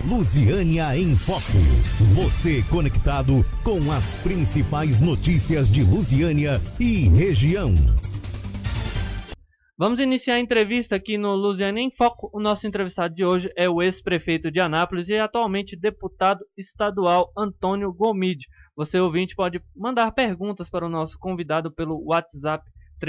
Lusiânia em Foco. Você conectado com as principais notícias de Lusiânia e região. Vamos iniciar a entrevista aqui no Lusiânia em Foco. O nosso entrevistado de hoje é o ex-prefeito de Anápolis e atualmente deputado estadual Antônio Gomide. Você, ouvinte, pode mandar perguntas para o nosso convidado pelo WhatsApp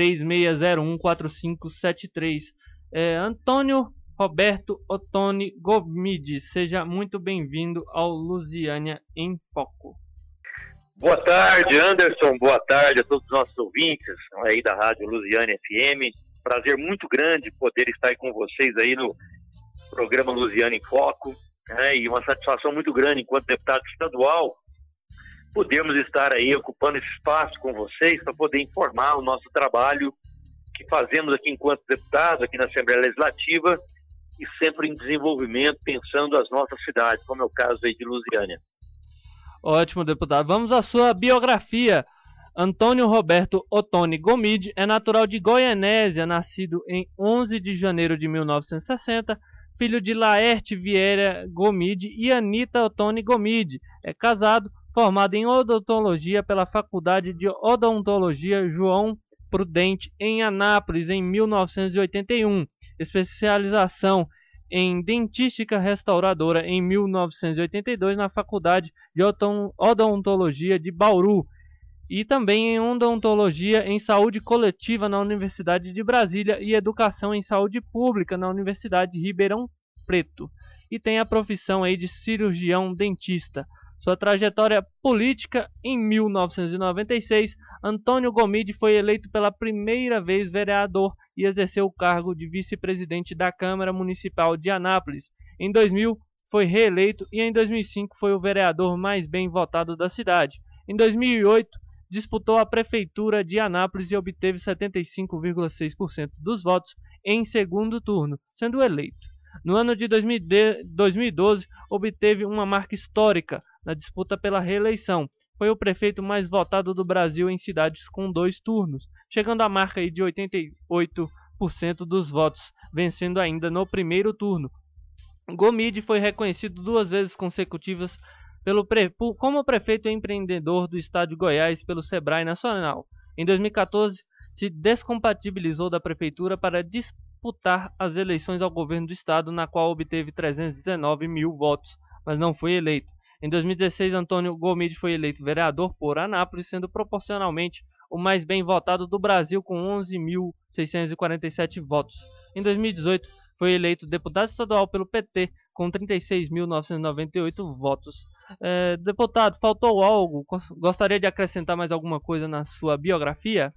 36014573. Antônio Roberto Ottoni Gomide, seja muito bem-vindo ao Lusiânia em Foco. Boa tarde, Anderson. Boa tarde a todos os nossos ouvintes aí da Rádio Lusiânia FM. Prazer muito grande poder estar aí com vocês aí no programa Lusiânia em Foco, né? E uma satisfação muito grande enquanto deputado estadual podermos estar aí ocupando esse espaço com vocês para poder informar o nosso trabalho que fazemos aqui enquanto deputado, aqui na Assembleia Legislativa, e sempre em desenvolvimento, pensando as nossas cidades, como é o caso aí de Lusiânia. Ótimo, deputado. Vamos à sua biografia. Antônio Roberto Ottoni Gomide é natural de Goianésia, nascido em 11 de janeiro de 1960, filho de Laerte Vieira Gomide e Anita Ottoni Gomide. É casado, formado em odontologia pela Faculdade de Odontologia João Prudente, em Anápolis, em 1981. Especialização em dentística restauradora em 1982 na Faculdade de Odontologia de Bauru. E também em odontologia em saúde coletiva na Universidade de Brasília e educação em saúde pública na Universidade de Ribeirão Preto. E tem a profissão aí de cirurgião dentista. Sua trajetória política: em 1996, Antônio Gomide foi eleito pela primeira vez vereador e exerceu o cargo de vice-presidente da Câmara Municipal de Anápolis. Em 2000, foi reeleito e em 2005 foi o vereador mais bem votado da cidade. Em 2008, disputou a prefeitura de Anápolis e obteve 75,6% dos votos em segundo turno, sendo eleito. No ano de 2012, obteve uma marca histórica na disputa pela reeleição. Foi o prefeito mais votado do Brasil em cidades com 2 turnos, chegando à marca aí de 88% dos votos, vencendo ainda no primeiro turno. Gomide foi reconhecido 2 vezes consecutivas como prefeito empreendedor do estado de Goiás pelo Sebrae Nacional. Em 2014, se descompatibilizou da prefeitura para disputar as eleições ao governo do estado, na qual obteve 319 mil votos, mas não foi eleito. Em 2016, Antônio Gomide foi eleito vereador por Anápolis, sendo proporcionalmente o mais bem votado do Brasil, com 11.647 votos. Em 2018, foi eleito deputado estadual pelo PT, com 36.998 votos. Deputado, faltou algo? Gostaria de acrescentar mais alguma coisa na sua biografia?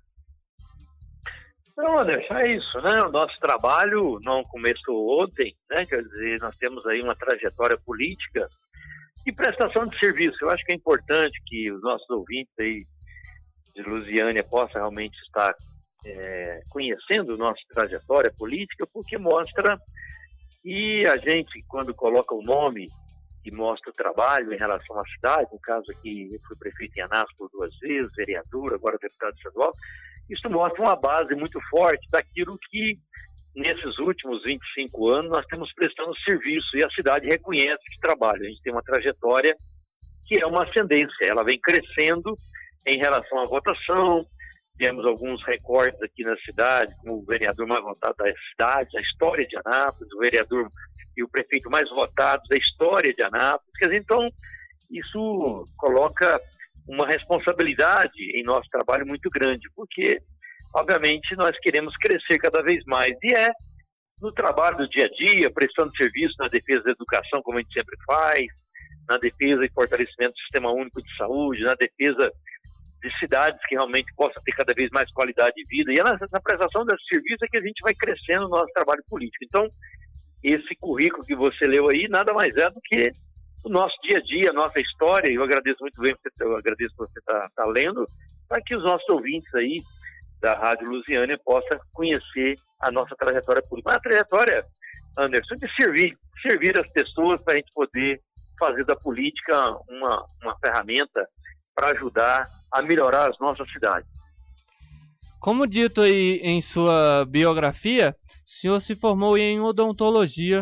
Não, Anderson, é isso, né? O nosso trabalho não começou ontem, né? Quer dizer, nós temos aí uma trajetória política e prestação de serviço. Eu acho que é importante que os nossos ouvintes aí de Lusiânia possam realmente estar conhecendo nossa trajetória política, porque mostra, e a gente, quando coloca o nome e mostra o trabalho em relação à cidade, no caso aqui, eu fui prefeito em Anápolis por 2 vezes, vereador, agora deputado estadual, isso mostra uma base muito forte daquilo que, nesses últimos 25 anos, nós temos prestando serviço, e a cidade reconhece esse trabalho. A gente tem uma trajetória que é uma ascendência, ela vem crescendo em relação à votação. Temos alguns recortes aqui na cidade, como o vereador mais votado da cidade, a história de Anápolis, o vereador e o prefeito mais votados da história de Anápolis. Quer dizer, então, isso coloca uma responsabilidade em nosso trabalho muito grande, porque, obviamente, nós queremos crescer cada vez mais. E no trabalho do dia a dia, prestando serviço na defesa da educação, como a gente sempre faz, na defesa e fortalecimento do Sistema Único de Saúde, na defesa de cidades que realmente possam ter cada vez mais qualidade de vida. E na prestação desse serviço é que a gente vai crescendo o nosso trabalho político. Então, esse currículo que você leu aí nada mais é do que o nosso dia a dia, a nossa história. Eu agradeço muito bem, eu agradeço por você estar lendo, para que os nossos ouvintes aí da Rádio Lusiânia possam conhecer a nossa trajetória política. Uma trajetória, Anderson, de servir as pessoas, para a gente poder fazer da política uma ferramenta para ajudar a melhorar as nossas cidades. Como dito aí em sua biografia, o senhor se formou em odontologia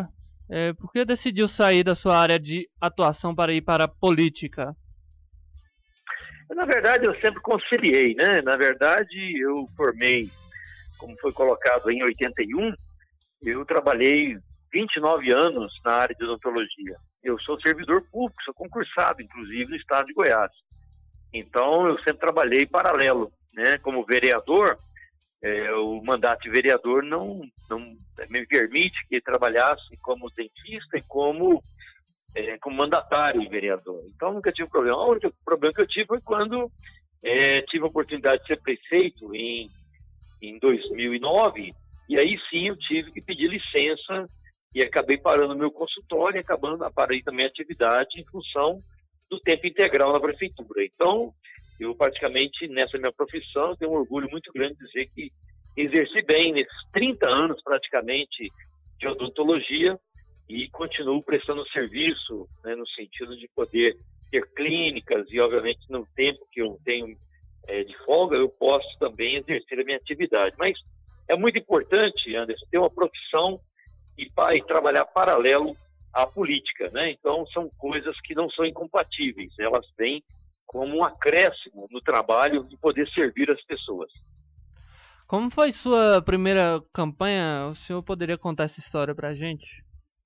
Por que decidiu sair da sua área de atuação para ir para a política? Na verdade, eu sempre conciliei, né? Na verdade, eu formei, como foi colocado em 81, eu trabalhei 29 anos na área de odontologia. Eu sou servidor público, sou concursado, inclusive, no estado de Goiás. Então, eu sempre trabalhei paralelo, né? Como vereador, o mandato de vereador não me permite que trabalhasse como dentista e como mandatário e vereador. Então, nunca tive problema. O único problema que eu tive foi quando tive a oportunidade de ser prefeito em 2009, e aí sim eu tive que pedir licença e acabei parando meu consultório e parei também a atividade em função do tempo integral na prefeitura. Então, eu praticamente, nessa minha profissão, tenho um orgulho muito grande de dizer que exerci bem nesses 30 anos praticamente de odontologia e continuo prestando serviço, né, no sentido de poder ter clínicas e, obviamente, no tempo que eu tenho de folga, eu posso também exercer a minha atividade. Mas é muito importante, Anderson, ter uma profissão e trabalhar paralelo à política, né? Então, são coisas que não são incompatíveis, elas vêm como um acréscimo no trabalho de poder servir as pessoas. Como foi sua primeira campanha? O senhor poderia contar essa história para a gente?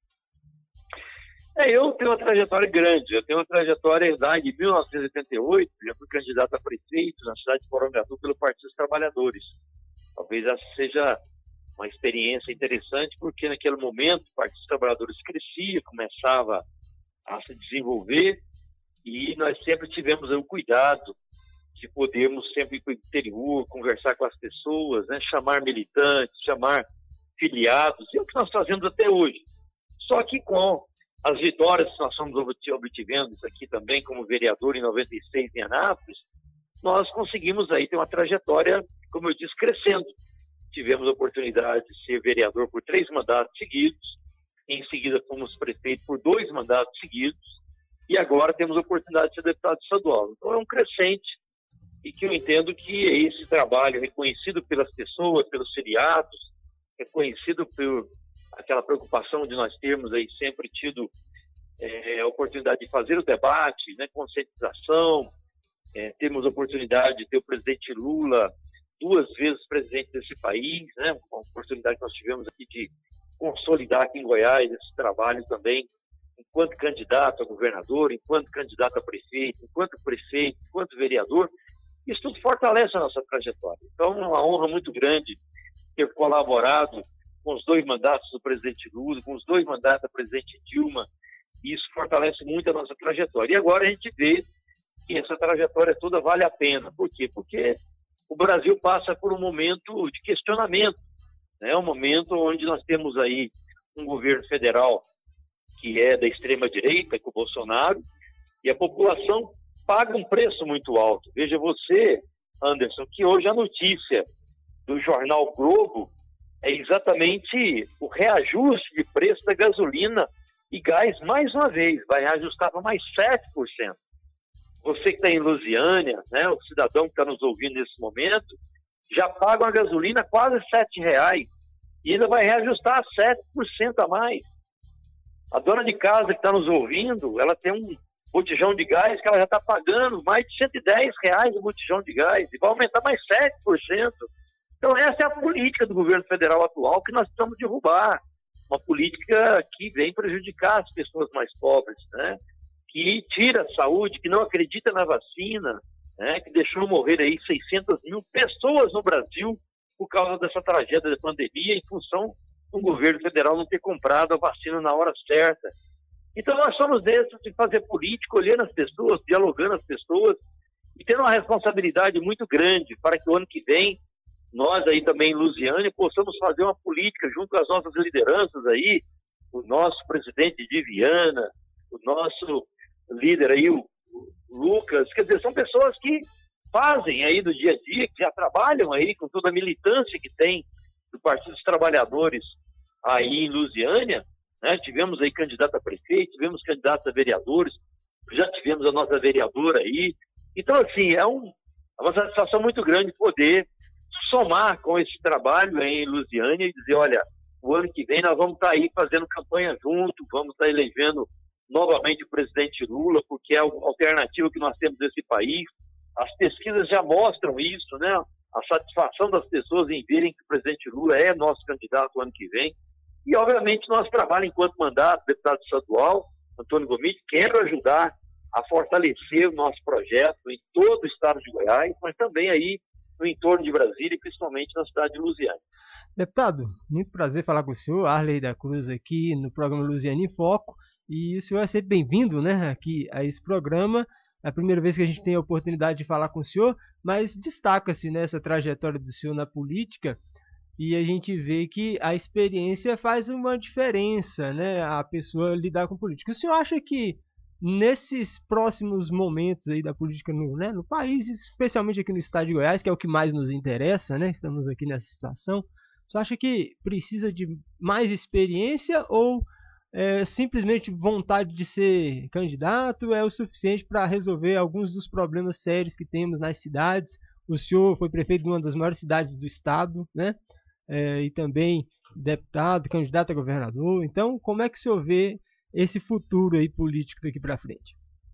Eu tenho uma trajetória grande, eu tenho uma trajetória de 1988, já fui candidato a prefeito na cidade de Porangatu pelo Partido dos Trabalhadores. Talvez essa seja uma experiência interessante, porque naquele momento o Partido dos Trabalhadores crescia, começava a se desenvolver, e nós sempre tivemos o cuidado de podermos sempre ir para o interior, conversar com as pessoas, né, chamar militantes, chamar filiados, e é o que nós fazemos até hoje. Só que com as vitórias que nós fomos obtivendo aqui também como vereador em 96 em Anápolis, nós conseguimos aí ter uma trajetória, como eu disse, crescendo. Tivemos a oportunidade de ser vereador por 3 mandatos seguidos, em seguida fomos prefeito por 2 mandatos seguidos, e agora temos a oportunidade de ser deputado estadual. Então é um crescente, e que eu entendo que esse trabalho reconhecido pelas pessoas, pelos filiados, reconhecido por aquela preocupação de nós termos aí sempre tido a oportunidade de fazer o debate, né, conscientização, temos a oportunidade de ter o presidente Lula 2 vezes presidente desse país, né, uma oportunidade que nós tivemos aqui de consolidar aqui em Goiás esse trabalho também, enquanto candidato a governador, enquanto candidato a prefeito, enquanto vereador. Isso tudo fortalece a nossa trajetória. Então, é uma honra muito grande ter colaborado com os 2 mandatos do presidente Lula, com os 2 mandatos da presidente Dilma, e isso fortalece muito a nossa trajetória. E agora a gente vê que essa trajetória toda vale a pena. Por quê? Porque o Brasil passa por um momento de questionamento, né? Um momento onde nós temos aí um governo federal que é da extrema-direita, com o Bolsonaro, e a população paga um preço muito alto. Veja você, Anderson, que hoje a notícia do jornal Globo é exatamente o reajuste de preço da gasolina e gás, mais uma vez, vai reajustar para mais 7%. Você que está em Lusiânia, né, o cidadão que está nos ouvindo nesse momento, já paga uma gasolina quase R$7 e ainda vai reajustar 7% a mais. A dona de casa que está nos ouvindo, ela tem um botijão de gás que ela já está pagando mais de R$110 o botijão de gás e vai aumentar mais 7%. Então essa é a política do governo federal atual que nós precisamos derrubar. Uma política que vem prejudicar as pessoas mais pobres, né? Que tira a saúde, que não acredita na vacina, né? Que deixou morrer aí 600 mil pessoas no Brasil por causa dessa tragédia da pandemia em função do governo federal não ter comprado a vacina na hora certa. Então nós somos desses de fazer política, olhando as pessoas, dialogando as pessoas e tendo uma responsabilidade muito grande para que o ano que vem nós aí também em Lusiânia possamos fazer uma política junto com as nossas lideranças aí, o nosso presidente de Viana, o nosso líder aí, o Lucas, quer dizer, são pessoas que fazem aí do dia a dia, que já trabalham aí com toda a militância que tem do Partido dos Trabalhadores aí em Lusiânia, né? Tivemos aí candidato a prefeito, tivemos candidatos a vereadores, já tivemos a nossa vereadora aí. Então, assim, é uma satisfação muito grande poder somar com esse trabalho em Lusiânia e dizer, olha, o ano que vem nós vamos estar aí fazendo campanha junto, vamos estar elegendo novamente o presidente Lula, porque é a alternativa que nós temos nesse país. As pesquisas já mostram isso, né? A satisfação das pessoas em verem que o presidente Lula é nosso candidato o ano que vem. E, obviamente, nosso trabalho enquanto mandato, deputado estadual, Antônio Gomide, quero ajudar a fortalecer o nosso projeto em todo o estado de Goiás, mas também aí no entorno de Brasília e principalmente na cidade de Lusiânia. Deputado, muito prazer falar com o senhor, Arley da Cruz, aqui no programa Lusiânia em Foco. E o senhor é sempre bem-vindo, né, aqui a esse programa. É a primeira vez que a gente tem a oportunidade de falar com o senhor, mas destaca-se nessa trajetória do senhor na política e a gente vê que a experiência faz uma diferença, né, a pessoa lidar com política. O senhor acha que nesses próximos momentos aí da política no país, especialmente aqui no estado de Goiás, que é o que mais nos interessa, né, estamos aqui nessa situação, o senhor acha que precisa de mais experiência ou simplesmente vontade de ser candidato é o suficiente para resolver alguns dos problemas sérios que temos nas cidades? O senhor foi prefeito de uma das maiores cidades do estado, né? E também deputado, candidato a governador. Então, como é que o senhor vê esse futuro aí político daqui para frente?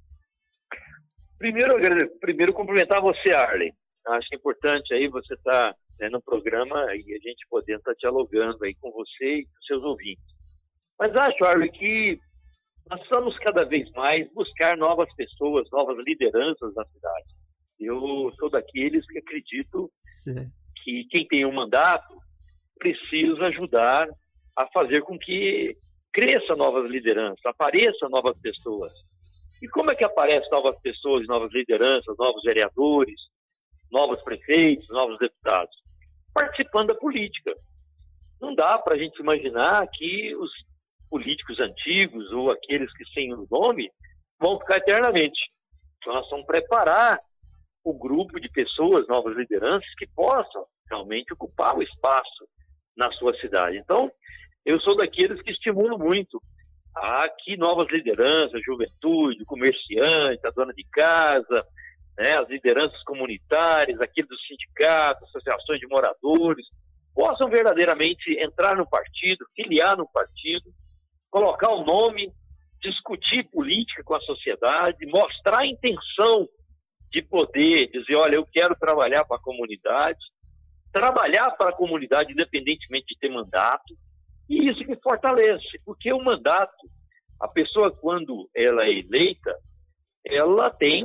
Primeiro cumprimentar você, Arley. Acho que é importante aí você estar no programa e a gente poder estar dialogando aí com você e com seus ouvintes. Mas acho, Arley, que nós vamos cada vez mais buscar novas pessoas, novas lideranças na cidade. Eu sou daqueles que acredito que quem tem um mandato precisa ajudar a fazer com que cresça novas lideranças, apareçam novas pessoas. E como é que aparecem novas pessoas, novas lideranças, novos vereadores, novos prefeitos, novos deputados? Participando da política. Não dá para a gente imaginar que os políticos antigos ou aqueles que sem o nome vão ficar eternamente. Então nós vamos preparar o grupo de pessoas, novas lideranças que possam realmente ocupar o espaço na sua cidade. Então eu sou daqueles que estimulo muito a que novas lideranças, juventude, comerciante, a dona de casa, né, as lideranças comunitárias, aqueles dos sindicatos, associações de moradores, possam verdadeiramente entrar no partido, filiar no partido, colocar o nome, discutir política com a sociedade, mostrar a intenção de poder dizer, olha, eu quero trabalhar para a comunidade, trabalhar para a comunidade independentemente de ter mandato, e isso que fortalece, porque o mandato, a pessoa quando ela é eleita, ela tem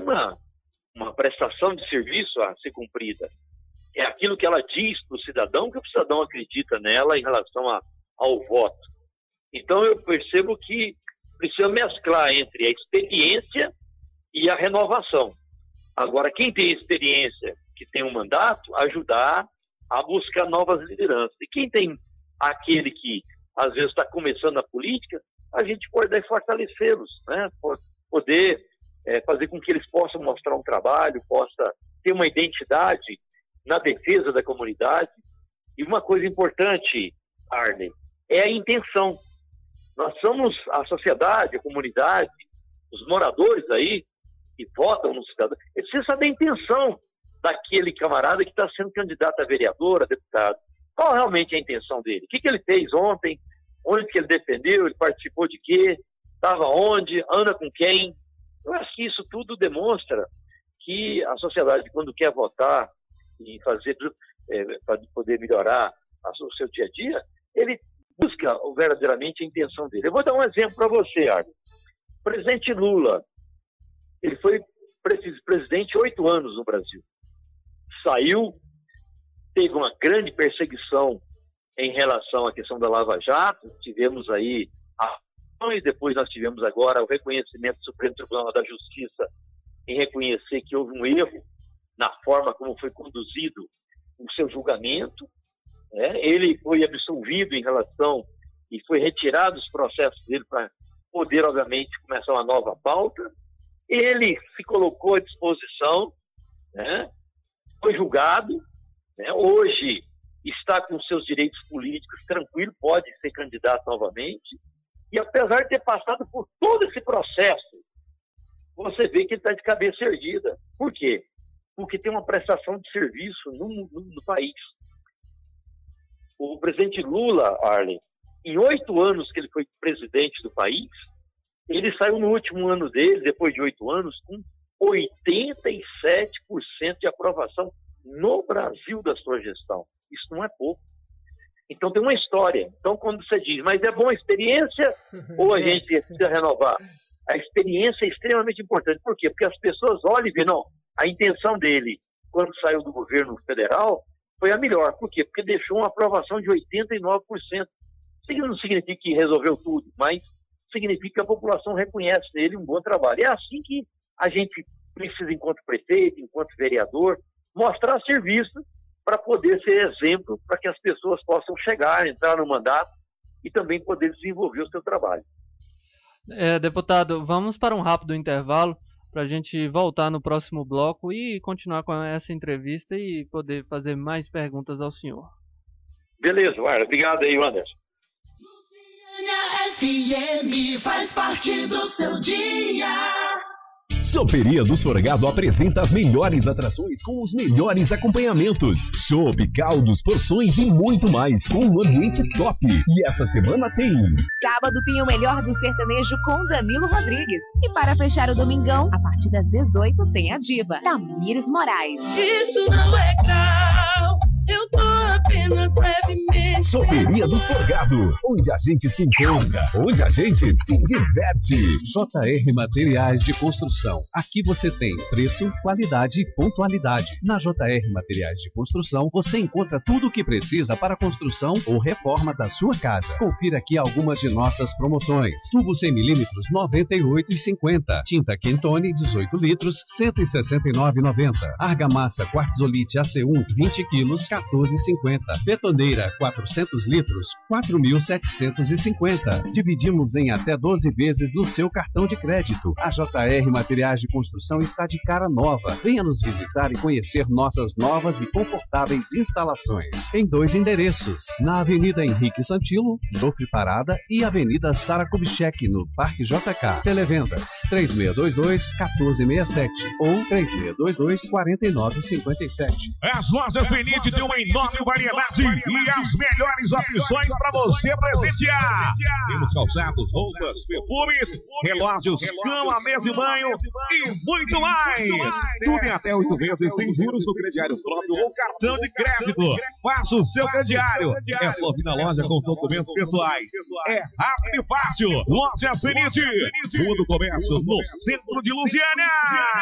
uma prestação de serviço a ser cumprida. É aquilo que ela diz para o cidadão, que o cidadão acredita nela em relação ao voto. Então eu percebo que precisa mesclar entre a experiência e a renovação. Agora, quem tem experiência, que tem um mandato, ajudar a buscar novas lideranças. E quem tem aquele que às vezes está começando a política, a gente pode fortalecê-los, né? Poder fazer com que eles possam mostrar um trabalho, possa ter uma identidade na defesa da comunidade. E uma coisa importante, Arley, é a intenção. Nós somos a sociedade, a comunidade, os moradores aí que votam no cidadão, eles precisam saber a intenção daquele camarada que está sendo candidato a vereador, a deputado. Qual realmente é a intenção dele? O que ele fez ontem? Onde que ele defendeu? Ele participou de quê? Estava onde? Anda com quem? Eu acho que isso tudo demonstra que a sociedade, quando quer votar e fazer para poder melhorar o seu dia a dia, ele busca verdadeiramente a intenção dele. Eu vou dar um exemplo para você, Arthur. O presidente Lula, ele foi presidente 8 anos no Brasil. Saiu, teve uma grande perseguição em relação à questão da Lava Jato, tivemos aí e depois nós tivemos agora o reconhecimento do Supremo Tribunal da Justiça em reconhecer que houve um erro na forma como foi conduzido o seu julgamento. Ele foi absolvido em relação e foi retirado os processos dele para poder, obviamente, começar uma nova pauta. Ele se colocou à disposição, foi julgado, hoje está com seus direitos políticos tranquilo, pode ser candidato novamente. E apesar de ter passado por todo esse processo, você vê que ele está de cabeça erguida. Por quê? Porque tem uma prestação de serviço no país. O presidente Lula, Arlen, Em 8 anos que ele foi presidente do país, ele saiu no último ano dele, depois de 8 anos, com 87% de aprovação no Brasil da sua gestão. Isso não é pouco. Então tem uma história. Então quando você diz, mas é boa a experiência ou a gente precisa renovar? A experiência é extremamente importante. Por quê? Porque as pessoas olham e veem, não, a intenção dele, quando saiu do governo federal, foi a melhor. Por quê? Porque deixou uma aprovação de 89%. Isso não significa que resolveu tudo, mas significa que a população reconhece nele um bom trabalho. É assim que a gente precisa, enquanto prefeito, enquanto vereador, mostrar serviço para poder ser exemplo, para que as pessoas possam chegar, entrar no mandato e também poder desenvolver o seu trabalho. Deputado, vamos para um rápido intervalo para a gente voltar no próximo bloco e continuar com essa entrevista e poder fazer mais perguntas ao senhor. Beleza, Wara. Obrigado aí, Anderson. FM faz parte do seu dia. Choperia do Sorgado apresenta as melhores atrações com os melhores acompanhamentos. Chopp, caldos, porções e muito mais, com um ambiente top. E essa semana tem... Sábado tem o melhor do sertanejo com Danilo Rodrigues. E para fechar o domingão, a partir das 18 tem a diva, Tamires Moraes. Isso não é legal, eu tô apenas levemente. Choperia do Sorgado, onde a gente se encontra, onde a gente se diverte. JR Materiais de Construção. Aqui você tem preço, qualidade e pontualidade. Na JR Materiais de Construção, você encontra tudo o que precisa para a construção ou reforma da sua casa. Confira aqui algumas de nossas promoções. Tubo 100mm, R$ 98,50. Tinta Quentone, 18 litros, R$ 169,90. Argamassa Quartzolite AC1, 20 quilos, R$ 14,50. Betoneira, 400 litros, R$ 4.750. Dividimos em até 12 vezes no seu cartão de crédito. A JR Materiais de Construção está de cara nova. Venha nos visitar e conhecer nossas novas e confortáveis instalações. Em 2 endereços, na Avenida Henrique Santilo, Jofre Parada e Avenida Sara Kubitschek, no Parque JK. Televendas 3622-1467 ou 3622-4957. As lojas Zenith têm uma enorme variedade e as melhores opções para você presentear. Temos calçados, roupas, perfumes, relógios, cama, mesa e banho e muito mais. Tudo em até 8 vezes sem juros no crediário próprio ou cartão de crédito. Faça o seu crediário. É só vir na loja com documentos pessoais. É rápido e fácil. Loja Zenith, Rua do Comércio, no centro de Lusiânia.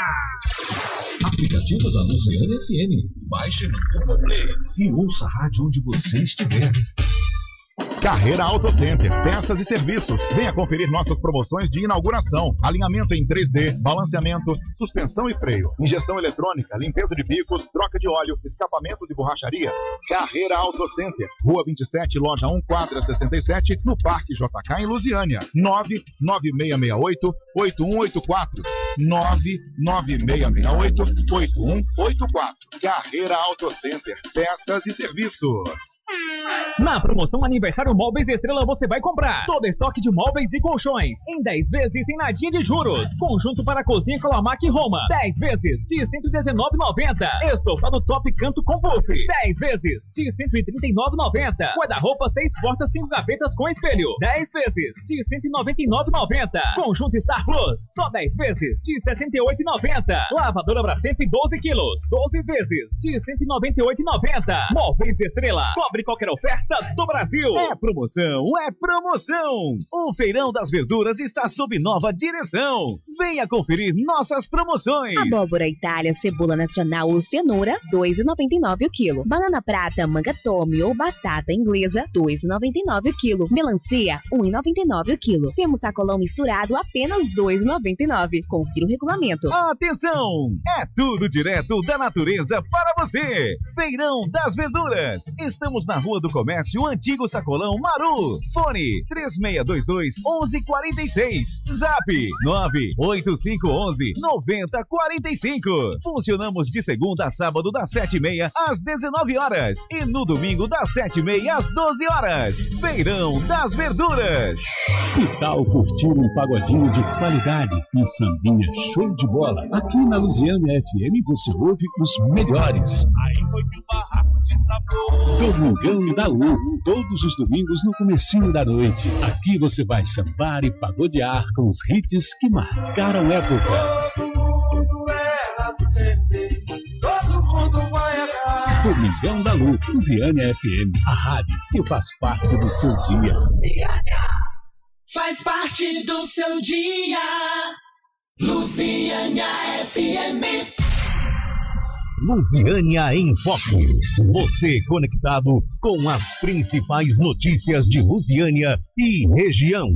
Aplicativo da Lusiânia FM. Baixe no Google Play e ouça a rádio onde você estiver. Carreira Auto Center, peças e serviços. Venha conferir nossas promoções de inauguração. Alinhamento em 3D, balanceamento, suspensão e freio, injeção eletrônica, limpeza de bicos, troca de óleo, escapamentos e borracharia. Carreira Auto Center, Rua 27, Loja 1, quadra 67, no Parque JK em Lusiânia. 99668-8184. 99668-8184. Carreira Auto Center, peças e serviços. Na promoção Aniversário Móveis Estrela você vai comprar todo estoque de móveis e colchões em 10 vezes sem nadinha de juros. Conjunto para cozinha Colamac Roma, 10 vezes de R$ 119,90. Estofado Top Canto com puff, 10 vezes de R$ 139,90. Guarda-roupa 6 portas 5 gavetas com espelho, 10 vezes de R$ 199,90. Conjunto Star Plus, só 10 vezes de R$ 78,90. Lavadora Brastemp 12 quilos, 12 vezes de R$ 198,90. Móveis Estrela, cobre qualquer oferta do Brasil. É promoção, é promoção. O Feirão das Verduras está sob nova direção. Venha conferir nossas promoções. Abóbora Itália, cebola nacional ou cenoura, R$ 2,99 o quilo. Banana prata, manga tome ou batata inglesa, R$ 2,99 o quilo. Melancia, R$ 1,99 o quilo. Temos sacolão misturado, apenas R$ 2,99. Confira o regulamento. Atenção! É tudo direto da natureza para você. Feirão das Verduras. Estamos na Rua do Comércio, Antigo Sacolão Maru. Fone 3622-1146. Zap 98511-9045. Funcionamos de segunda a sábado das 7h30 às 19 horas e no domingo das 7h30 às 12 horas. Feirão das Verduras. Que tal curtir um pagodinho de qualidade e sambinha show de bola? Aqui na Lusiânia FM você ouve os melhores. Aí foi de um barraco Domingão da Lu, todos os domingos no comecinho da noite. Aqui você vai sambar e pagodear com os hits que marcaram época. Todo mundo vai errar. Domingão da Lu, Lusiânia FM, a rádio que faz parte do seu dia. Faz parte do seu dia. Lusiânia FM. Lusiânia em Foco. Você conectado com as principais notícias de Lusiânia e região.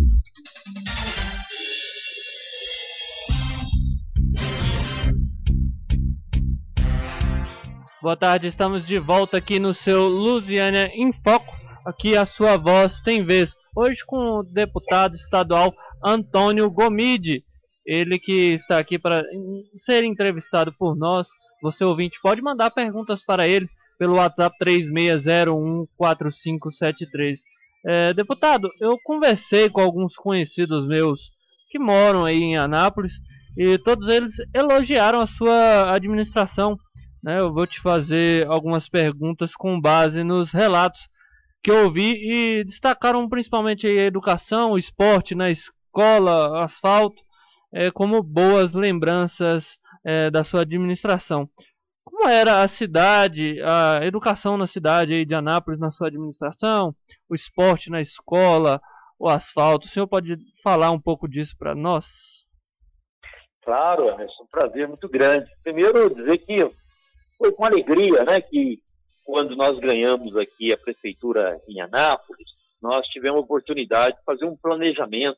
Boa tarde, estamos de volta aqui no seu Lusiânia em Foco. Aqui a sua voz tem vez. Hoje com o deputado estadual Antônio Gomide. Ele que está aqui para ser entrevistado por nós. Você ouvinte pode mandar perguntas para ele pelo WhatsApp 36014573. Deputado, eu conversei com alguns conhecidos meus que moram aí em Anápolis e todos eles elogiaram a sua administração. Eu vou te fazer algumas perguntas com base nos relatos que eu ouvi e destacaram principalmente a educação, o esporte na escola, asfalto, como boas lembranças da sua administração. Como era a cidade, a educação na cidade aí de Anápolis na sua administração, o esporte na escola, o asfalto? O senhor pode falar um pouco disso para nós? Claro, é um prazer muito grande. Primeiro, dizer que foi com alegria, né, que quando nós ganhamos aqui a prefeitura em Anápolis, nós tivemos a oportunidade de fazer um planejamento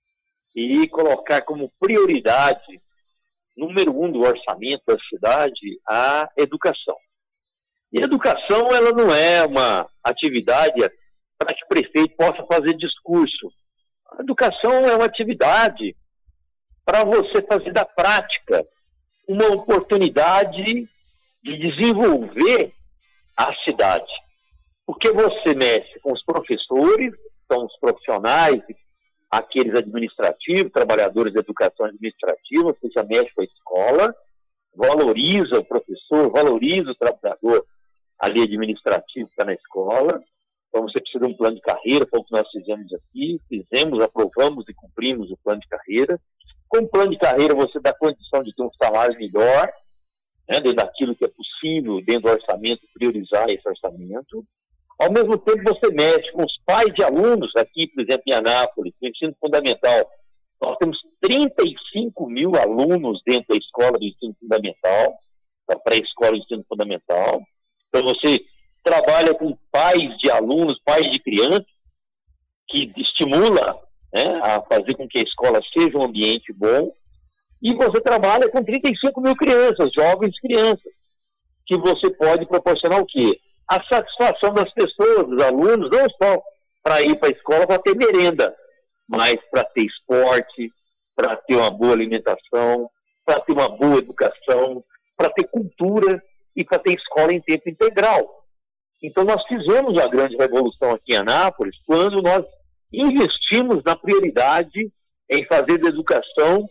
e colocar como prioridade, número 1 do orçamento da cidade, a educação. E a educação, ela não é uma atividade para que o prefeito possa fazer discurso. A educação é uma atividade para você fazer da prática uma oportunidade de desenvolver a cidade. Porque você mexe com os professores, são os profissionais, aqueles administrativos, trabalhadores da educação administrativa, você já mexe com a escola, valoriza o professor, valoriza o trabalhador ali administrativo que está na escola. Então você precisa de um plano de carreira, foi o que nós fizemos aqui, aprovamos e cumprimos o plano de carreira. Com o plano de carreira você dá condição de ter um salário melhor, dentro daquilo que é possível, dentro do orçamento, priorizar esse orçamento. Ao mesmo tempo, você mexe com os pais de alunos aqui, por exemplo, em Anápolis, no ensino fundamental. Nós temos 35 mil alunos dentro da escola do ensino fundamental, da pré-escola do ensino fundamental. Então, você trabalha com pais de alunos, pais de crianças, que estimula, a fazer com que a escola seja um ambiente bom. E você trabalha com 35 mil crianças, jovens crianças, que você pode proporcionar o quê? A satisfação das pessoas, dos alunos, não só para ir para a escola para ter merenda, mas para ter esporte, para ter uma boa alimentação, para ter uma boa educação, para ter cultura e para ter escola em tempo integral. Então nós fizemos a grande revolução aqui em Anápolis quando nós investimos na prioridade em fazer da educação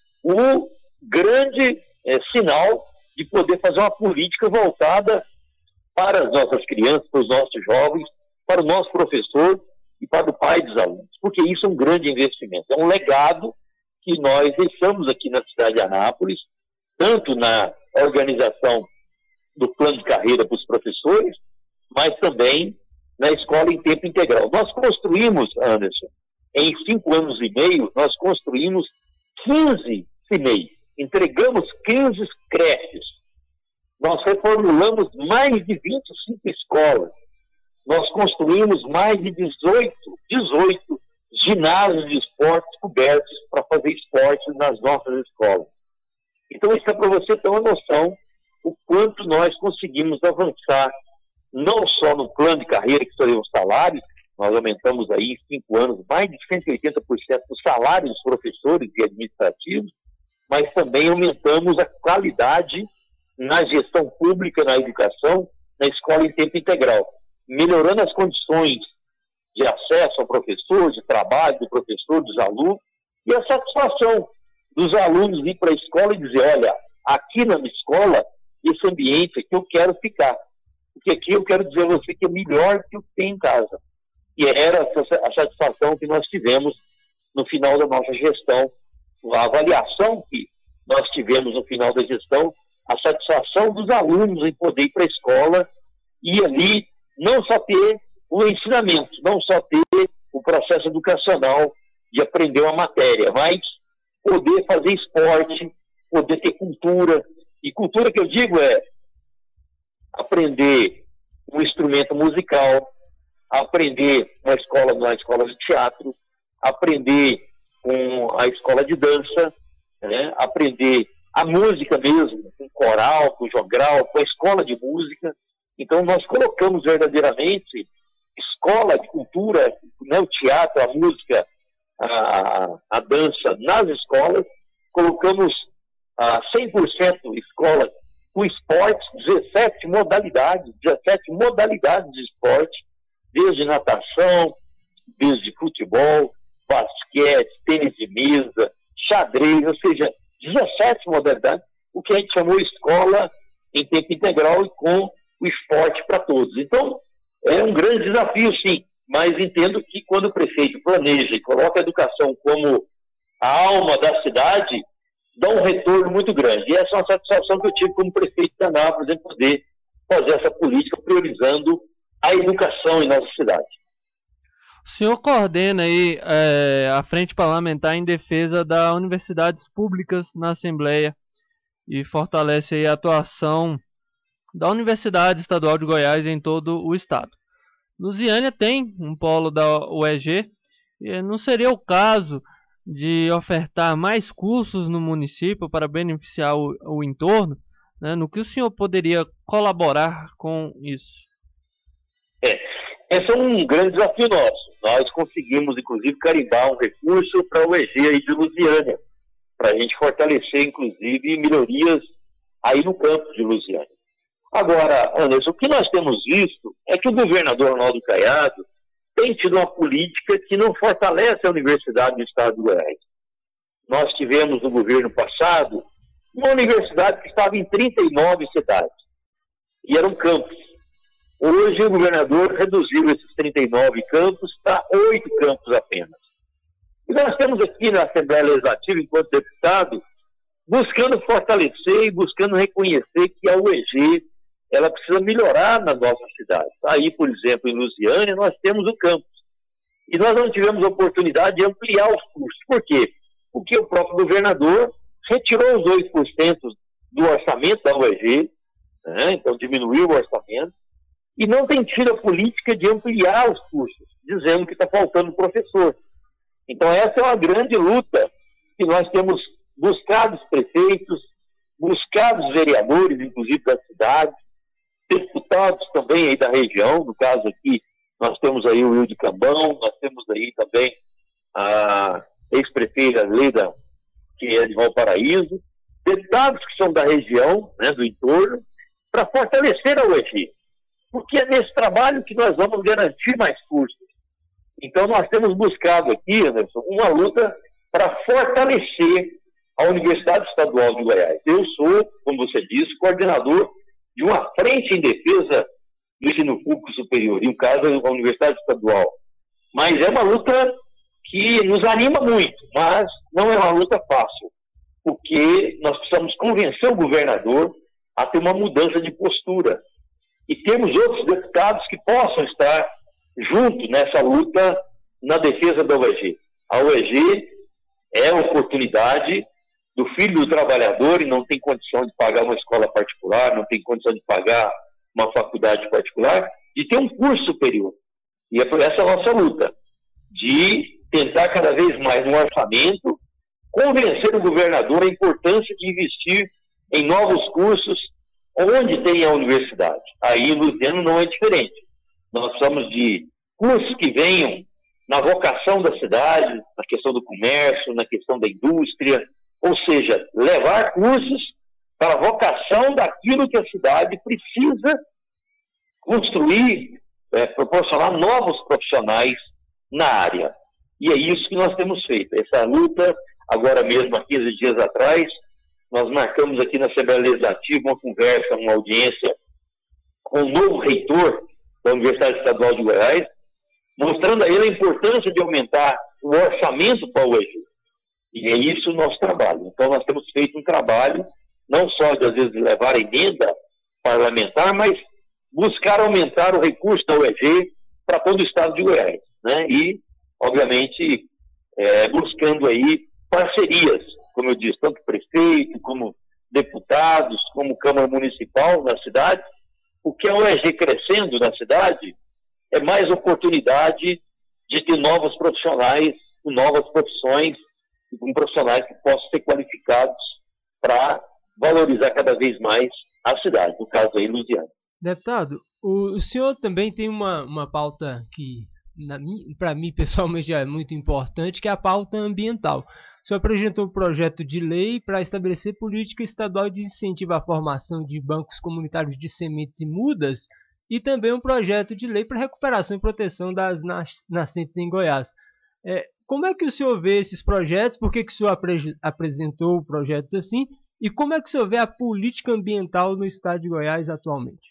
o grande sinal de poder fazer uma política voltada para as nossas crianças, para os nossos jovens, para o nosso professor e para o pai dos alunos. Porque isso é um grande investimento, é um legado que nós deixamos aqui na cidade de Anápolis, tanto na organização do plano de carreira para os professores, mas também na escola em tempo integral. Nós construímos, Anderson, em 5 anos e meio, nós construímos 15 CMEI, entregamos 15 creches, nós reformulamos mais de 25 escolas, nós construímos mais de 18 ginásios de esportes cobertos para fazer esportes nas nossas escolas. Então isso é para você ter uma noção o quanto nós conseguimos avançar, não só no plano de carreira, que seriam os salários, nós aumentamos aí em 5 anos mais de 180% dos salários dos professores e administrativos, mas também aumentamos a qualidade na gestão pública, na educação, na escola em tempo integral, melhorando as condições de acesso ao professor, de trabalho do professor, dos alunos, e a satisfação dos alunos ir para a escola e dizer, olha, aqui na minha escola, esse ambiente aqui eu quero ficar. porque aqui eu quero dizer a você que é melhor que o que tem em casa. E era a satisfação que nós tivemos no final da nossa gestão, a avaliação que nós tivemos no final da gestão, a satisfação dos alunos em poder ir para a escola e ali não só ter o ensinamento, não só ter o processo educacional de aprender uma matéria, mas poder fazer esporte, poder ter cultura. E cultura que eu digo é aprender um instrumento musical, aprender uma escola de teatro, aprender com a escola de dança, né? Aprender a música mesmo, com coral, com jogral, com a escola de música. Então nós colocamos verdadeiramente escola de cultura, né? O teatro, a música, a dança nas escolas, colocamos 100% escola com esportes, 17 modalidades de esporte, desde natação, desde futebol, basquete, tênis de mesa, xadrez, ou seja, 17 modalidades, o que a gente chamou escola em tempo integral e com o esporte para todos. Então, é um grande desafio, sim, mas entendo que quando o prefeito planeja e coloca a educação como a alma da cidade, dá um retorno muito grande. E essa é uma satisfação que eu tive como prefeito de Anápolis em poder fazer essa política priorizando a educação em nossa cidade. O senhor coordena aí a frente parlamentar em defesa das universidades públicas na Assembleia e fortalece aí a atuação da Universidade Estadual de Goiás em todo o estado. Lusiânia tem um polo da UEG, e não seria o caso de ofertar mais cursos no município para beneficiar o entorno, né? No que o senhor poderia colaborar com isso? Esse é um grande desafio nosso. Nós conseguimos, inclusive, carimbar um recurso para a UEG aí de Lusiânia, para a gente fortalecer, inclusive, melhorias aí no campus de Lusiânia. Agora, Anderson, o que nós temos visto é que o governador Ronaldo Caiado tem tido uma política que não fortalece a Universidade do Estado do Goiás. Nós tivemos no governo passado uma universidade que estava em 39 cidades, e eram campos. Hoje o governador reduziu esses 39 campos para 8 campos apenas. E nós temos aqui na Assembleia Legislativa, enquanto deputado, buscando fortalecer e buscando reconhecer que a UEG ela precisa melhorar na nossa cidade. Aí, por exemplo, em Lusiânia, nós temos o campus. E nós não tivemos a oportunidade de ampliar os cursos. Por quê? Porque o próprio governador retirou os 2% do orçamento da UEG, né? Então diminuiu o orçamento, e não tem tido a política de ampliar os cursos, dizendo que está faltando professor. Então essa é uma grande luta que nós temos buscado os prefeitos, buscado os vereadores, inclusive da cidade, deputados também aí da região. No caso aqui, nós temos aí o Wilde Cambão, nós temos aí também a ex-prefeita Leida, que é de Valparaíso, deputados que são da região, né, do entorno, para fortalecer a UEG. Porque é nesse trabalho que nós vamos garantir mais cursos. Então nós temos buscado aqui, Anderson, uma luta para fortalecer a Universidade Estadual de Goiás. Eu sou, como você disse, coordenador de uma frente em defesa do ensino público superior, e no caso a Universidade Estadual. Mas é uma luta que nos anima muito, mas não é uma luta fácil, porque nós precisamos convencer o governador a ter uma mudança de postura. E temos outros deputados que possam estar juntos nessa luta na defesa da UEG. A UEG é a oportunidade do filho do trabalhador e não tem condição de pagar uma escola particular, não tem condição de pagar uma faculdade particular, de ter um curso superior. E é por essa nossa luta, de tentar cada vez mais no orçamento, convencer o governador a importância de investir em novos cursos onde tem a universidade. Aí em Lusiânia não é diferente. Nós precisamos de cursos que venham na vocação da cidade, na questão do comércio, na questão da indústria, ou seja, levar cursos para a vocação daquilo que a cidade precisa construir, proporcionar novos profissionais na área. E é isso que nós temos feito. Essa luta, agora mesmo, há 15 dias atrás, nós marcamos aqui na Assembleia Legislativa uma conversa, uma audiência com o novo reitor da Universidade Estadual de Goiás, mostrando a ele a importância de aumentar o orçamento para o UEG. E é isso o nosso trabalho. Então, nós temos feito um trabalho, não só de, às vezes, levar a emenda parlamentar, mas buscar aumentar o recurso da UEG para todo o estado de Goiás, né? E, obviamente, buscando aí parcerias, como eu disse, tanto prefeito, como deputados, como Câmara Municipal na cidade. O que a UEG crescendo na cidade é mais oportunidade de ter novos profissionais, com novas profissões, e com profissionais que possam ser qualificados para valorizar cada vez mais a cidade, no caso aí, Luziane. Deputado, o senhor também tem uma pauta que, para mim, pessoalmente, é muito importante, que é a pauta ambiental. O senhor apresentou um projeto de lei para estabelecer política estadual de incentivo à formação de bancos comunitários de sementes e mudas e também um projeto de lei para recuperação e proteção das nascentes em Goiás. Como é que o senhor vê esses projetos? Por que o senhor apresentou projetos assim? E como é que o senhor vê a política ambiental no estado de Goiás atualmente?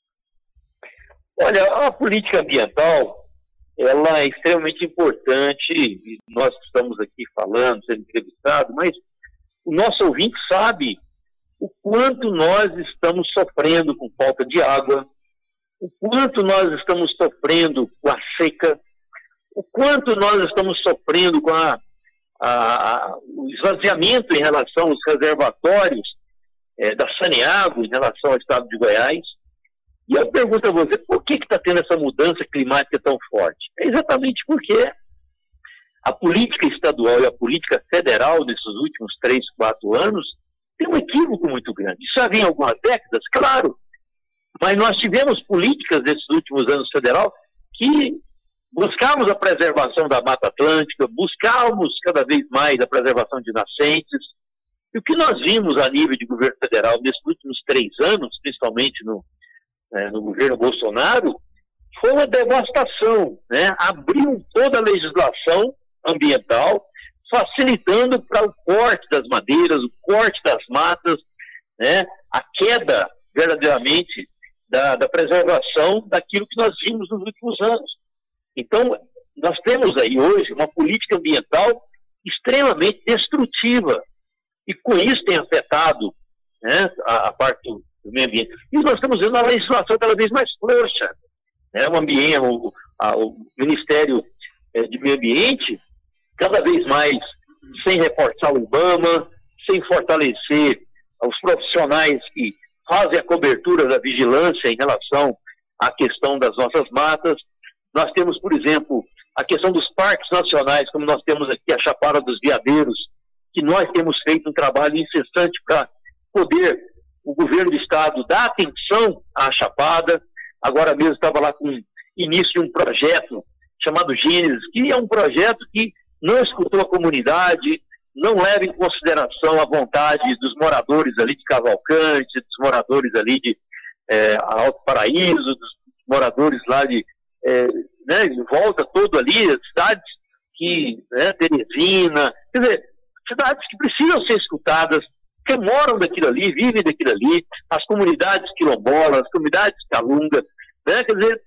Olha, a política ambiental, ela é extremamente importante, e nós estamos aqui falando, sendo entrevistados, mas o nosso ouvinte sabe o quanto nós estamos sofrendo com falta de água, o quanto nós estamos sofrendo com a seca, o quanto nós estamos sofrendo com o esvaziamento em relação aos reservatórios da Saneago, em relação ao estado de Goiás. E eu pergunto a você, por que está tendo essa mudança climática tão forte? É exatamente porque a política estadual e a política federal nesses últimos 3, 4 anos tem um equívoco muito grande. Isso já vem há algumas décadas, claro, mas nós tivemos políticas nesses últimos anos federal que buscávamos a preservação da Mata Atlântica, buscávamos cada vez mais a preservação de nascentes. E o que nós vimos a nível de governo federal nesses últimos 3 anos, principalmente no governo Bolsonaro, foi uma devastação, né? Abriu toda a legislação ambiental, facilitando para o corte das madeiras, o corte das matas, né? A queda, verdadeiramente, da preservação daquilo que nós vimos nos últimos anos. Então, nós temos aí hoje uma política ambiental extremamente destrutiva, e com isso tem afetado, né, a parte do meio ambiente. E nós estamos vendo uma legislação cada vez mais frouxa, né? O Ministério de Meio Ambiente, cada vez mais sem reforçar o IBAMA, sem fortalecer os profissionais que fazem a cobertura da vigilância em relação à questão das nossas matas. Nós temos, por exemplo, a questão dos parques nacionais, como nós temos aqui a Chapada dos Veadeiros, que nós temos feito um trabalho incessante para poder o governo do estado dar atenção à Chapada. Agora mesmo estava lá com início de um projeto chamado Gênesis, que é um projeto que não escutou a comunidade, não leva em consideração a vontade dos moradores ali de Cavalcante, dos moradores ali de Alto Paraíso, dos moradores lá de volta todo ali, cidades que, Teresina, quer dizer, cidades que precisam ser escutadas, que moram daquilo ali, vivem daquilo ali, as comunidades quilombolas, as comunidades calunga, né? Quer dizer,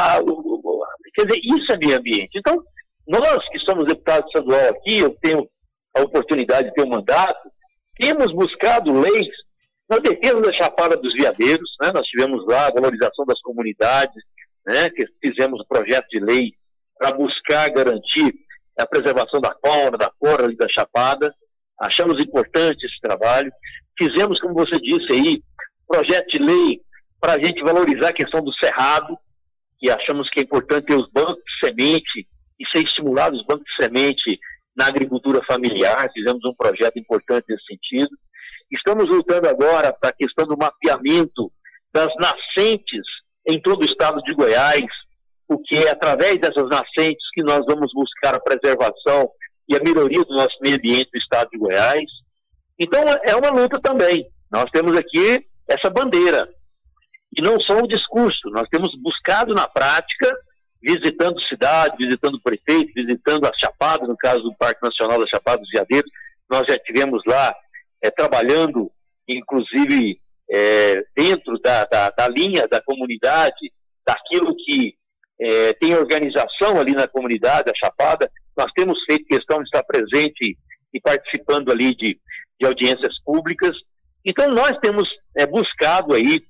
isso é meio ambiente. Então, nós que somos deputados estadual aqui, eu tenho a oportunidade de ter um mandato, temos buscado leis na defesa da Chapada dos Veadeiros, né? Nós tivemos lá a valorização das comunidades, né? Que fizemos um projeto de lei para buscar garantir a preservação da fauna, da flora ali da Chapada. Achamos importante esse trabalho. Fizemos, como você disse aí, projeto de lei para a gente valorizar a questão do cerrado, que achamos que é importante ter os bancos de semente e ser estimulados os bancos de semente na agricultura familiar. Fizemos um projeto importante nesse sentido. Estamos lutando agora para a questão do mapeamento das nascentes em todo o estado de Goiás, porque é através dessas nascentes que nós vamos buscar a preservação e a melhoria do nosso meio ambiente do estado de Goiás. Então, é uma luta também. Nós temos aqui essa bandeira. E não só o discurso, nós temos buscado na prática, visitando cidade, visitando o prefeito, visitando a Chapada, no caso do Parque Nacional da Chapada dos Veadeiros. Nós já estivemos lá trabalhando, inclusive, dentro da linha da comunidade, daquilo que tem organização ali na comunidade, a Chapada. Nós temos feito questão de estar presente e participando ali de audiências públicas. Então, nós temos buscado aí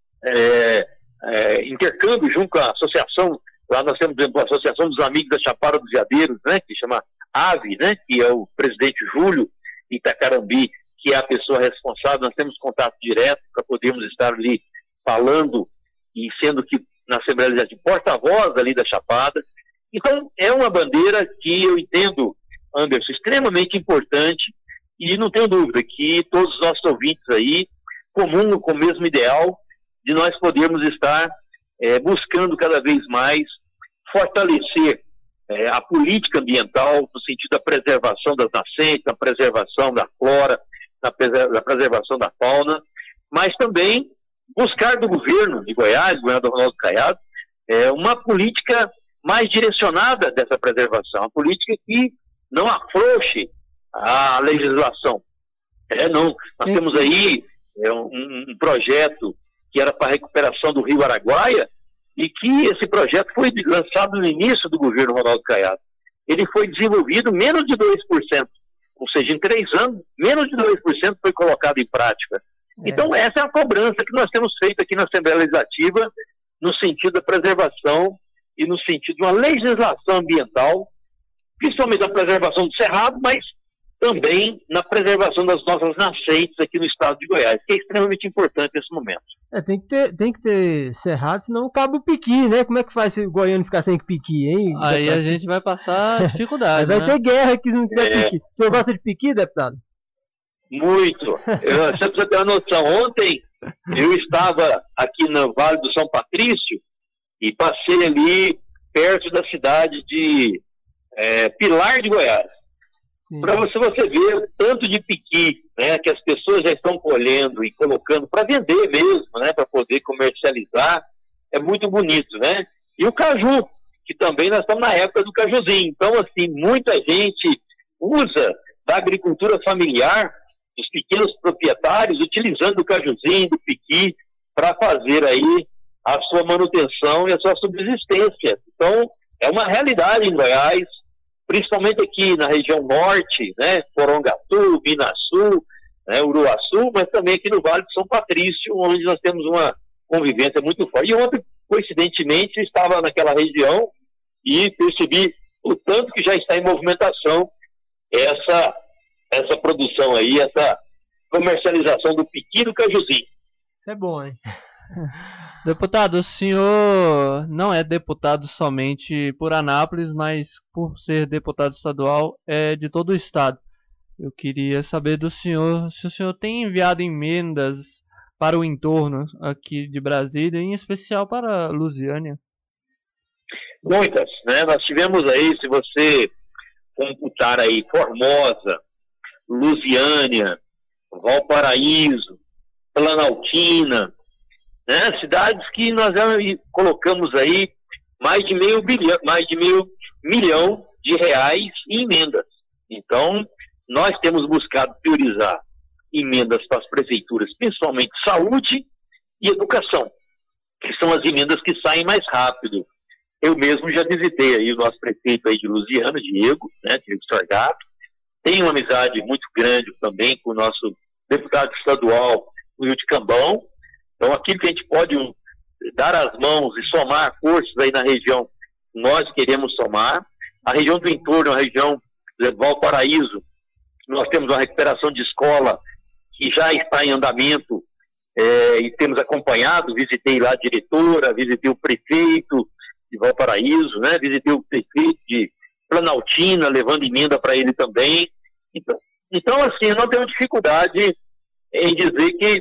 intercâmbio junto com a associação. Lá nós temos a Associação dos Amigos da Chapada dos Veadeiros, né, que chama AVE, né, que é o presidente Júlio Itacarambi, que é a pessoa responsável. Nós temos contato direto para podermos estar ali falando e sendo que na Assembleia Legislativa porta-voz ali da Chapada. Então, é uma bandeira que eu entendo, Anderson, extremamente importante, e não tenho dúvida que todos os nossos ouvintes aí comungam com o mesmo ideal de nós podermos estar buscando cada vez mais fortalecer a política ambiental no sentido da preservação das nascentes, da preservação da flora, da preservação da fauna, mas também buscar do governo de Goiás, do governador Ronaldo Caiado, uma política mais direcionada dessa preservação, uma política que não afrouxe a legislação. Nós temos aí um projeto que era para a recuperação do Rio Araguaia, e que esse projeto foi lançado no início do governo Ronaldo Caiado. Ele foi desenvolvido menos de 2%, ou seja, em 3 anos, menos de 2% foi colocado em prática. Então, essa é a cobrança que nós temos feito aqui na Assembleia Legislativa, no sentido da preservação e no sentido de uma legislação ambiental, principalmente a preservação do Cerrado, mas também na preservação das nossas nascentes aqui no estado de Goiás, que é extremamente importante nesse momento. Tem que ter cerrado, senão acaba o piqui, né? Como é que faz se o goiano ficar sem piqui, hein? Aí a gente vai passar dificuldade, vai ter guerra aqui se não tiver piqui. O senhor gosta de piqui, deputado? Muito. Você precisa ter uma noção. Ontem eu estava aqui no Vale do São Patrício e passei ali perto da cidade de Pilar de Goiás. Para você ver o tanto de piqui, né, que as pessoas já estão colhendo e colocando para vender mesmo, né, para poder comercializar, é muito bonito, né? E o caju, que também nós estamos na época do cajuzinho. Então, assim, muita gente usa da agricultura familiar, dos pequenos proprietários, utilizando o cajuzinho, do piqui, para fazer aí a sua manutenção e a sua subsistência. Então, é uma realidade em Goiás, principalmente aqui na região norte, né, Porongatu, Minasul, né, Uruaçu, mas também aqui no Vale de São Patrício, onde nós temos uma convivência muito forte. E ontem, coincidentemente, eu estava naquela região e percebi o tanto que já está em movimentação essa produção aí, essa comercialização do piqui e do cajuzinho. Isso é bom, hein? Deputado, o senhor não é deputado somente por Anápolis, mas por ser deputado estadual de todo o estado. Eu queria saber do senhor se o senhor tem enviado emendas para o entorno aqui de Brasília, em especial para Lusiânia. Muitas, né? Nós tivemos aí, se você computar aí, Formosa, Lusiânia, Valparaíso, Planaltina, né? Cidades que nós já colocamos aí mais de meio milhão de reais em emendas. Então, nós temos buscado priorizar emendas para as prefeituras, principalmente saúde e educação, que são as emendas que saem mais rápido. Eu mesmo já visitei aí o nosso prefeito aí de Lusiânia, Diego Sargato. Tenho uma amizade muito grande também com o nosso deputado estadual, o Wilde Cambão. Então, aquilo que a gente pode dar as mãos e somar forças aí na região, nós queremos somar. A região do entorno, a região de Valparaíso, nós temos uma recuperação de escola que já está em andamento e temos acompanhado. Visitei lá a diretora, visitei o prefeito de Valparaíso, né? Visitei o prefeito de Planaltina, levando emenda para ele também. Então, assim, não tenho dificuldade em dizer que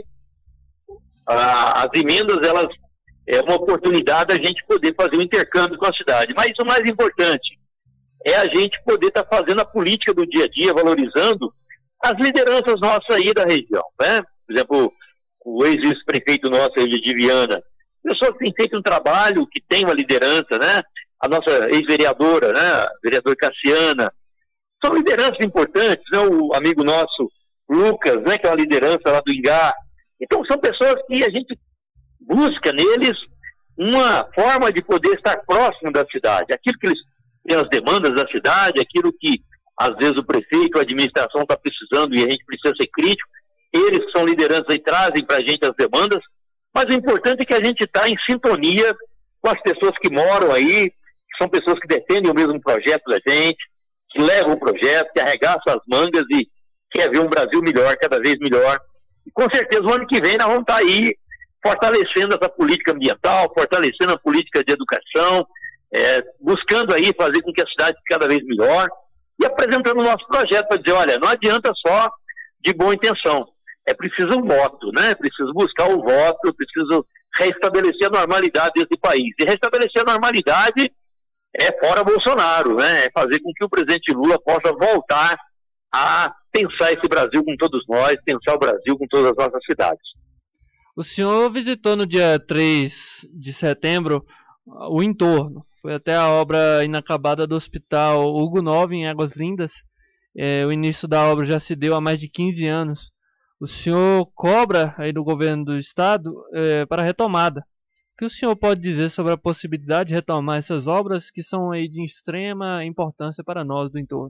as emendas, elas é uma oportunidade da gente poder fazer um intercâmbio com a cidade. Mas o mais importante é a gente poder estar fazendo a política do dia a dia, valorizando as lideranças nossas aí da região, né? Por exemplo, o ex-vice-prefeito nosso aí de Viana, pessoa que tem feito um trabalho, que tem uma liderança, né? A nossa ex-vereadora, né? A vereadora Cassiana. São lideranças importantes, né? O amigo nosso, Lucas, né? Que é uma liderança lá do Ingá. Então são pessoas que a gente busca neles uma forma de poder estar próximo da cidade, aquilo que eles têm as demandas da cidade, aquilo que às vezes o prefeito, a administração está precisando e a gente precisa ser crítico, eles que são lideranças e trazem para a gente as demandas, mas o importante é que a gente está em sintonia com as pessoas que moram aí, que são pessoas que defendem o mesmo projeto da gente, que levam o projeto, que arregaçam as mangas e quer ver um Brasil melhor, cada vez melhor. E com certeza o ano que vem nós vamos estar aí fortalecendo essa política ambiental, fortalecendo a política de educação, buscando aí fazer com que a cidade fique cada vez melhor e apresentando o nosso projeto para dizer, olha, não adianta só de boa intenção, é preciso um voto, né? É preciso buscar o voto, é preciso restabelecer a normalidade desse país. E restabelecer a normalidade é fora Bolsonaro, né? É fazer com que o presidente Lula possa voltar a pensar esse Brasil com todos nós, pensar o Brasil com todas as nossas cidades. O senhor visitou no dia 3 de setembro o entorno. Foi até a obra inacabada do Hospital Hugo Nove, em Águas Lindas. O início da obra já se deu há mais de 15 anos. O senhor cobra aí do governo do estado para a retomada. O que o senhor pode dizer sobre a possibilidade de retomar essas obras que são aí de extrema importância para nós do entorno?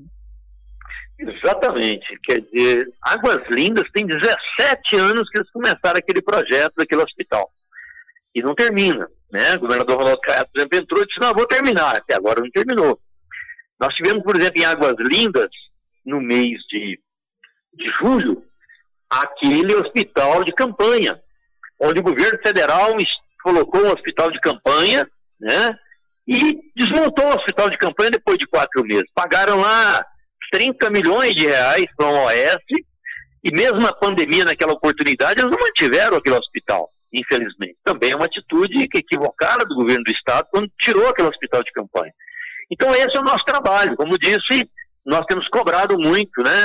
Exatamente, quer dizer, Águas Lindas tem 17 anos que eles começaram aquele projeto daquele hospital e não termina, né? O governador Ronaldo Caiado, por exemplo, entrou e disse, não, vou terminar, até agora não terminou. Nós tivemos, por exemplo, em Águas Lindas, no mês de julho, aquele hospital de campanha, onde o governo federal colocou um hospital de campanha, né? E desmontou o hospital de campanha depois de 4 meses. Pagaram lá 30 milhões de reais para o OAS, e mesmo a pandemia naquela oportunidade, eles não mantiveram aquele hospital, infelizmente. Também é uma atitude equivocada do governo do estado quando tirou aquele hospital de campanha. Então esse é o nosso trabalho. Como disse, nós temos cobrado muito, né?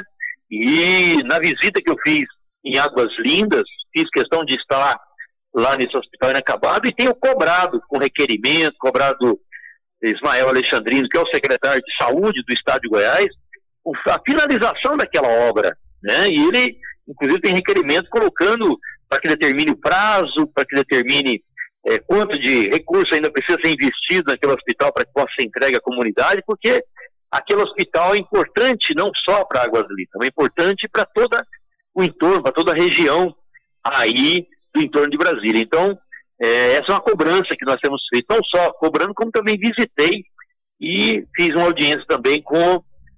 E na visita que eu fiz em Águas Lindas, fiz questão de estar lá nesse hospital inacabado e tenho cobrado com requerimento, cobrado Ismael Alexandrino, que é o secretário de Saúde do estado de Goiás, a finalização daquela obra, né? E ele, inclusive, tem requerimento colocando para que determine o prazo, para que determine quanto de recurso ainda precisa ser investido naquele hospital para que possa ser entregue à comunidade, porque aquele hospital é importante não só para Águas Lindas, mas é importante para todo o entorno, para toda a região aí do entorno de Brasília. Então, essa é uma cobrança que nós temos feito, não só cobrando, como também visitei e fiz uma audiência também com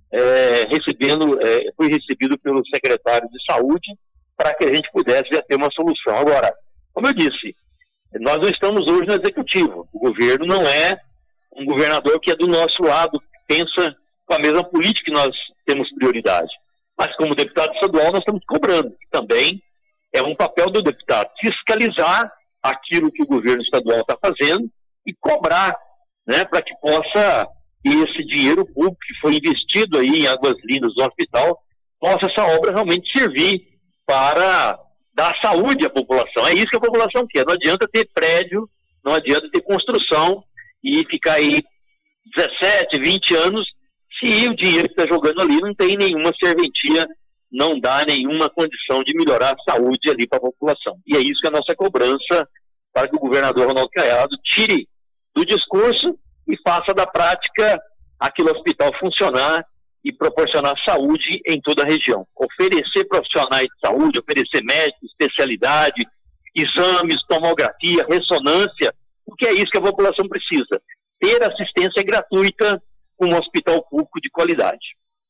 fui recebido pelo secretário de Saúde para que a gente pudesse já ter uma solução. Agora, como eu disse, nós não estamos hoje no executivo. O governo não é um governador que é do nosso lado, que pensa com a mesma política que nós temos prioridade. Mas como deputado estadual nós estamos cobrando. Também é um papel do deputado fiscalizar aquilo que o governo estadual está fazendo e cobrar, né, para que possa esse dinheiro público que foi investido aí em Águas Lindas do hospital, possa essa obra realmente servir para dar saúde à população. É isso que a população quer. Não adianta ter prédio, não adianta ter construção e ficar aí 17, 20 anos se o dinheiro que está jogando ali não tem nenhuma serventia, não dá nenhuma condição de melhorar a saúde ali para a população. E é isso que é a nossa cobrança para que o governador Ronaldo Caiado tire do discurso e faça da prática aquele hospital funcionar e proporcionar saúde em toda a região. Oferecer profissionais de saúde, oferecer médicos, especialidade, exames, tomografia, ressonância, porque é isso que a população precisa. Ter assistência gratuita com um hospital público de qualidade.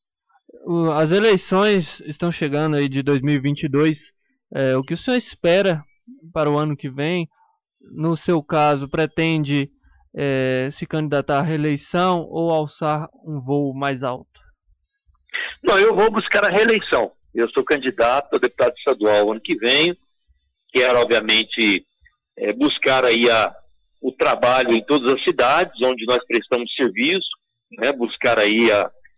As eleições estão chegando aí de 2022. O que o senhor espera para o ano que vem? No seu caso, pretende se candidatar à reeleição ou alçar um voo mais alto? Não, eu vou buscar a reeleição. Eu sou candidato a deputado estadual ano que vem. Quero, obviamente, buscar aí o trabalho em todas as cidades onde nós prestamos serviço, né, buscar aí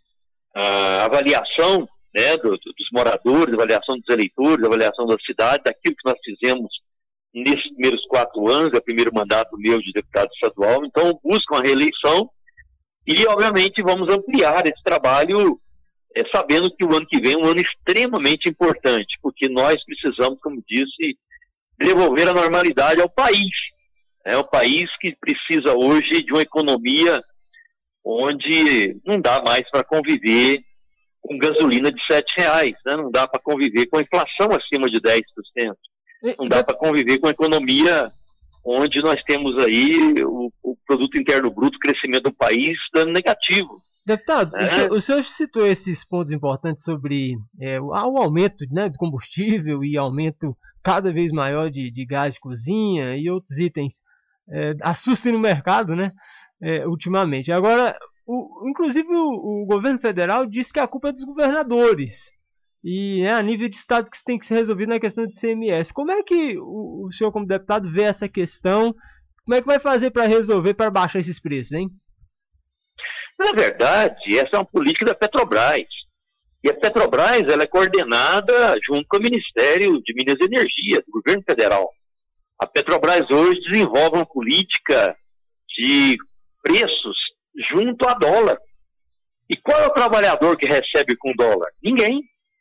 a avaliação, né, dos moradores, avaliação dos eleitores, avaliação da cidade, daquilo que nós fizemos nesses primeiros 4 anos, é o primeiro mandato meu de deputado estadual. Então, busco uma reeleição e, obviamente, vamos ampliar esse trabalho, sabendo que o ano que vem é um ano extremamente importante, porque nós precisamos, como disse, devolver a normalidade ao país. É o país que precisa hoje de uma economia onde não dá mais para conviver com gasolina de R$7, né? Não dá para conviver com a inflação acima de 10%. Não dá para conviver com a economia onde nós temos aí o produto interno bruto, crescimento do país dando negativo. Deputado, o senhor citou esses pontos importantes sobre o aumento, né, do combustível e aumento cada vez maior de gás de cozinha e outros itens assustem no mercado, né, ultimamente. Agora, inclusive o governo federal disse que a culpa é dos governadores e a nível de estado que tem que ser resolvido na questão de ICMS. Como é que o senhor, como deputado, vê essa questão? Como é que vai fazer para resolver, para baixar esses preços, hein? Na verdade, essa é uma política da Petrobras. E a Petrobras ela é coordenada junto com o Ministério de Minas e Energia, do governo federal. A Petrobras hoje desenvolve uma política de preços junto a dólar. E qual é o trabalhador que recebe com dólar? Ninguém.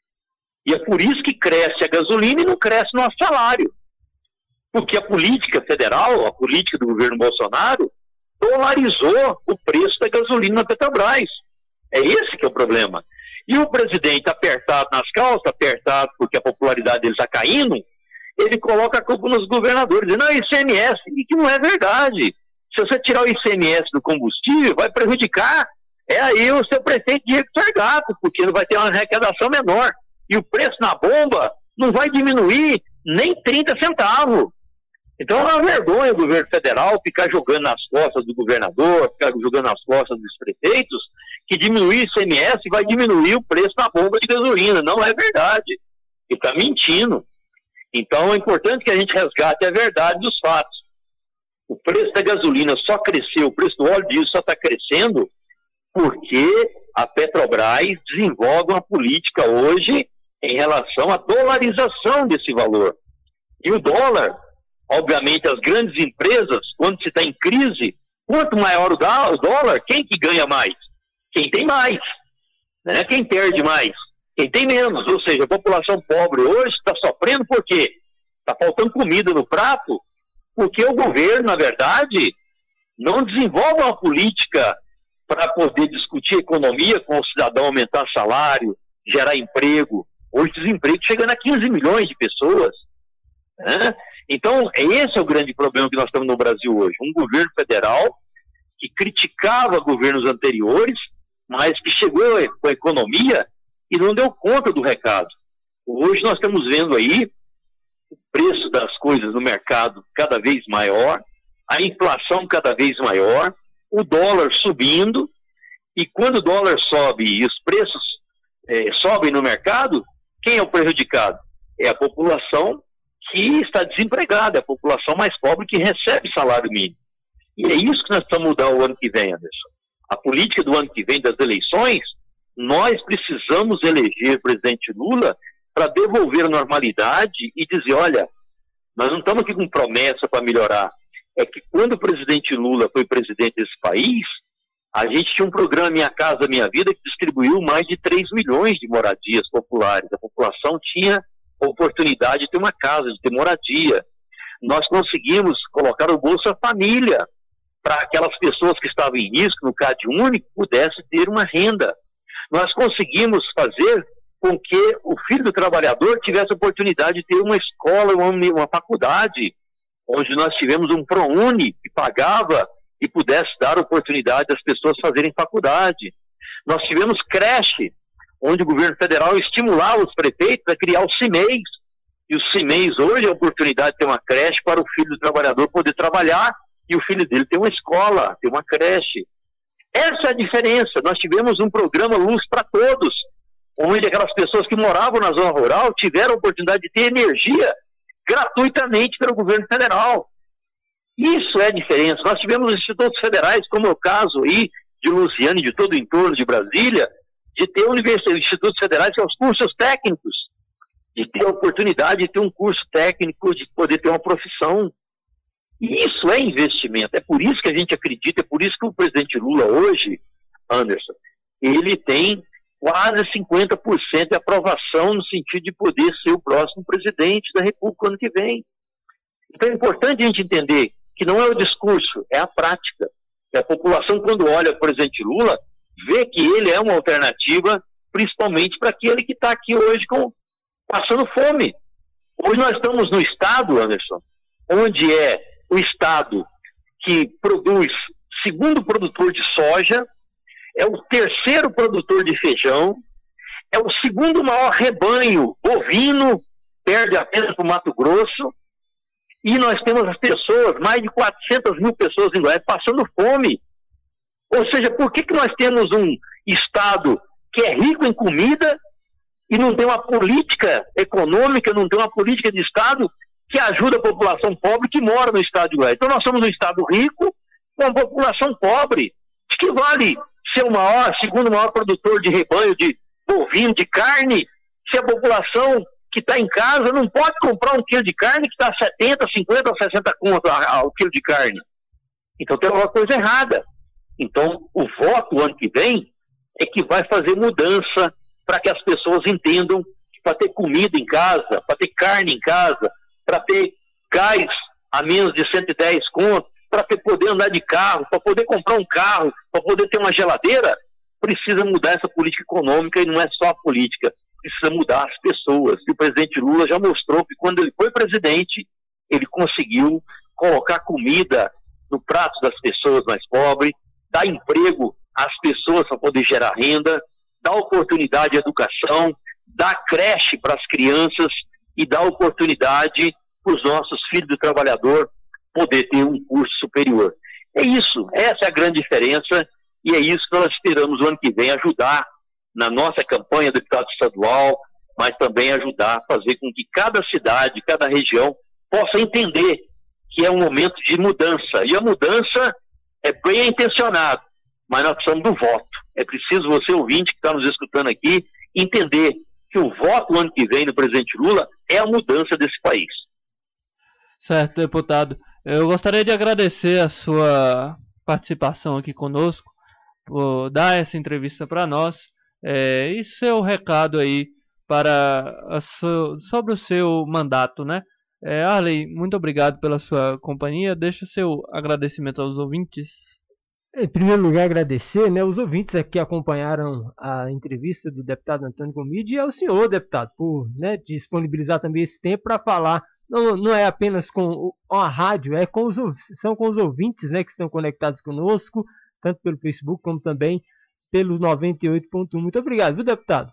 E é por isso que cresce a gasolina e não cresce o nosso salário. Porque a política federal, a política do governo Bolsonaro, dolarizou o preço da gasolina na Petrobras. É esse que é o problema. E o presidente apertado nas calças, apertado porque a popularidade dele está caindo, ele coloca a culpa nos governadores, dizendo, não, ICMS, e que não é verdade. Se você tirar o ICMS do combustível, vai prejudicar aí o seu prefeito Diego Sargato, porque ele vai ter uma arrecadação menor. E o preço na bomba não vai diminuir nem 30 centavos. Então é uma vergonha o governo federal ficar jogando nas costas do governador, ficar jogando nas costas dos prefeitos, que diminuir o ICMS vai diminuir o preço da bomba de gasolina. Não é verdade. Ele está mentindo. Então é importante que a gente resgate a verdade dos fatos. O preço da gasolina só cresceu, o preço do óleo diesel só está crescendo porque a Petrobras desenvolve uma política hoje em relação à dolarização desse valor. E o dólar, obviamente, as grandes empresas, quando se está em crise, quanto maior o dólar, quem que ganha mais? Quem tem mais. Né? Quem perde mais? Quem tem menos. Ou seja, a população pobre hoje está sofrendo por quê? Está faltando comida no prato, porque o governo, na verdade, não desenvolve uma política para poder discutir economia com o cidadão, aumentar salário, gerar emprego. Hoje o desemprego chegando a 15 milhões de pessoas. Né? Então, esse é o grande problema que nós estamos no Brasil hoje. Um governo federal que criticava governos anteriores, mas que chegou com a economia e não deu conta do recado. Hoje nós estamos vendo aí o preço das coisas no mercado cada vez maior, a inflação cada vez maior, o dólar subindo, e quando o dólar sobe e os preços sobem no mercado, quem é o prejudicado? É a população que está desempregada, é a população mais pobre que recebe salário mínimo. E é isso que nós precisamos mudar o ano que vem, Anderson. A política do ano que vem das eleições, nós precisamos eleger o presidente Lula para devolver a normalidade e dizer, olha, nós não estamos aqui com promessa para melhorar. É que quando o presidente Lula foi presidente desse país, a gente tinha um programa Minha Casa Minha Vida que distribuiu mais de 3 milhões de moradias populares. A população tinha oportunidade de ter uma casa, de ter moradia. Nós conseguimos colocar o Bolsa Família para aquelas pessoas que estavam em risco, no CadÚnico, pudessem ter uma renda. Nós conseguimos fazer com que o filho do trabalhador tivesse a oportunidade de ter uma escola, uma faculdade, onde nós tivemos um ProUni que pagava e pudesse dar oportunidade às pessoas fazerem faculdade. Nós tivemos creche, onde o governo federal estimulava os prefeitos a criar os CIMEIs. E os CIMEIs hoje é a oportunidade de ter uma creche para o filho do trabalhador poder trabalhar e o filho dele ter uma escola, ter uma creche. Essa é a diferença. Nós tivemos um programa Luz para Todos, onde aquelas pessoas que moravam na zona rural tiveram a oportunidade de ter energia gratuitamente pelo governo federal. Isso é a diferença. Nós tivemos institutos federais, como é o caso aí de Luciane e de todo o entorno de Brasília, de ter institutos federais que são os cursos técnicos, de ter a oportunidade de ter um curso técnico, de poder ter uma profissão. Isso é investimento. É por isso que a gente acredita, é por isso que o presidente Lula hoje, Anderson, ele tem quase 50% de aprovação no sentido de poder ser o próximo presidente da República ano que vem. Então é importante a gente entender que não é o discurso, é a prática. E a população, quando olha o presidente Lula, vê que ele é uma alternativa, principalmente para aquele que está aqui hoje passando fome. Hoje nós estamos no estado, Anderson, onde é o estado que produz segundo produtor de soja, é o terceiro produtor de feijão, é o segundo maior rebanho bovino, perde apenas para o Mato Grosso, e nós temos as pessoas, mais de 400 mil pessoas em Goiás passando fome. Ou seja, por que nós temos um estado que é rico em comida e não tem uma política econômica, não tem uma política de estado que ajuda a população pobre que mora no estado de Goiás? Então nós somos um estado rico com uma população pobre. De que vale ser o maior, segundo maior produtor de rebanho, de bovino, de carne, se a população que está em casa não pode comprar um quilo de carne que está 70, 50 ou 60 conto ao quilo de carne? Então tem alguma coisa errada. Então o voto ano que vem é que vai fazer mudança para que as pessoas entendam que para ter comida em casa, para ter carne em casa, para ter gás a menos de 110 conto, para poder andar de carro, para poder comprar um carro, para poder ter uma geladeira, precisa mudar essa política econômica, e não é só a política, precisa mudar as pessoas. E o presidente Lula já mostrou que quando ele foi presidente, ele conseguiu colocar comida no prato das pessoas mais pobres, dar emprego às pessoas para poder gerar renda, dar oportunidade à educação, dar creche para as crianças e dar oportunidade para os nossos filhos do trabalhador poder ter um curso superior. É isso, essa é a grande diferença, e é isso que nós esperamos o ano que vem ajudar na nossa campanha do deputado estadual, mas também ajudar a fazer com que cada cidade, cada região possa entender que é um momento de mudança. E a mudança é bem intencionada, mas nós precisamos do voto. É preciso você, ouvinte, que está nos escutando aqui, entender que o voto ano que vem do presidente Lula é a mudança desse país. Certo, deputado. Eu gostaria de agradecer a sua participação aqui conosco, por dar essa entrevista para nós. E seu recado aí sobre o seu mandato, né? Arley, muito obrigado pela sua companhia. Deixa o seu agradecimento aos ouvintes. Em primeiro lugar, agradecer, né, os ouvintes que acompanharam a entrevista do deputado Antônio Gomide, e ao senhor, deputado, por, né, disponibilizar também esse tempo para falar. Não é apenas com a rádio, são com os ouvintes, né, que estão conectados conosco, tanto pelo Facebook como também pelos 98.1. Muito obrigado, viu, deputado?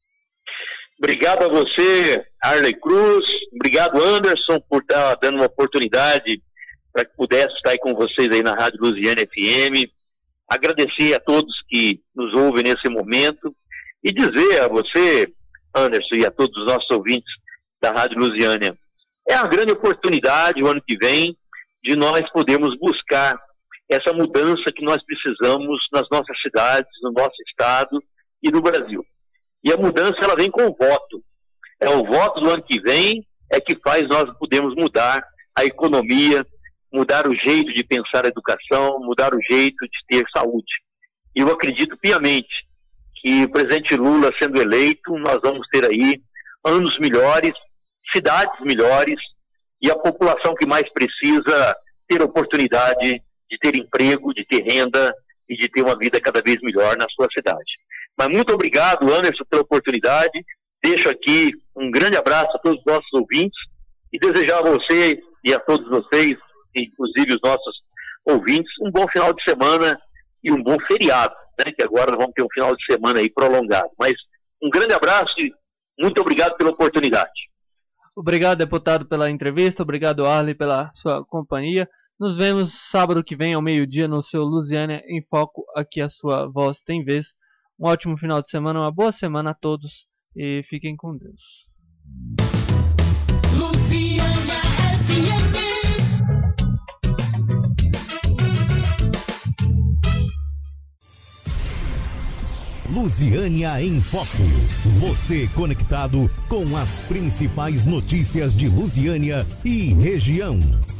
Obrigado a você, Arley Cruz. Obrigado, Anderson, por estar dando uma oportunidade para que pudesse estar aí com vocês aí na Rádio Lusiânia FM. Agradecer a todos que nos ouvem nesse momento e dizer a você, Anderson, e a todos os nossos ouvintes da Rádio Lusiânia, é uma grande oportunidade o ano que vem de nós podermos buscar essa mudança que nós precisamos nas nossas cidades, no nosso estado e no Brasil. E a mudança, ela vem com o voto. O voto do ano que vem é que faz nós podermos mudar a economia, mudar o jeito de pensar a educação, mudar o jeito de ter saúde. E eu acredito piamente que o presidente Lula sendo eleito, nós vamos ter aí anos melhores, cidades melhores, e a população que mais precisa ter oportunidade de ter emprego, de ter renda e de ter uma vida cada vez melhor na sua cidade. Mas muito obrigado, Anderson, pela oportunidade. Deixo aqui um grande abraço a todos os nossos ouvintes e desejar a você e a todos vocês, inclusive os nossos ouvintes, um bom final de semana e um bom feriado, né? Que agora nós vamos ter um final de semana aí prolongado. Mas um grande abraço e muito obrigado pela oportunidade. Obrigado, deputado, pela entrevista. Obrigado, Arley, pela sua companhia. Nos vemos sábado que vem ao meio-dia no seu Lusiânia em Foco. Aqui a sua voz tem vez. Um ótimo final de semana, uma boa semana a todos e fiquem com Deus. Lusiânia FM. Lusiânia em Foco. Você conectado com as principais notícias de Lusiânia e região.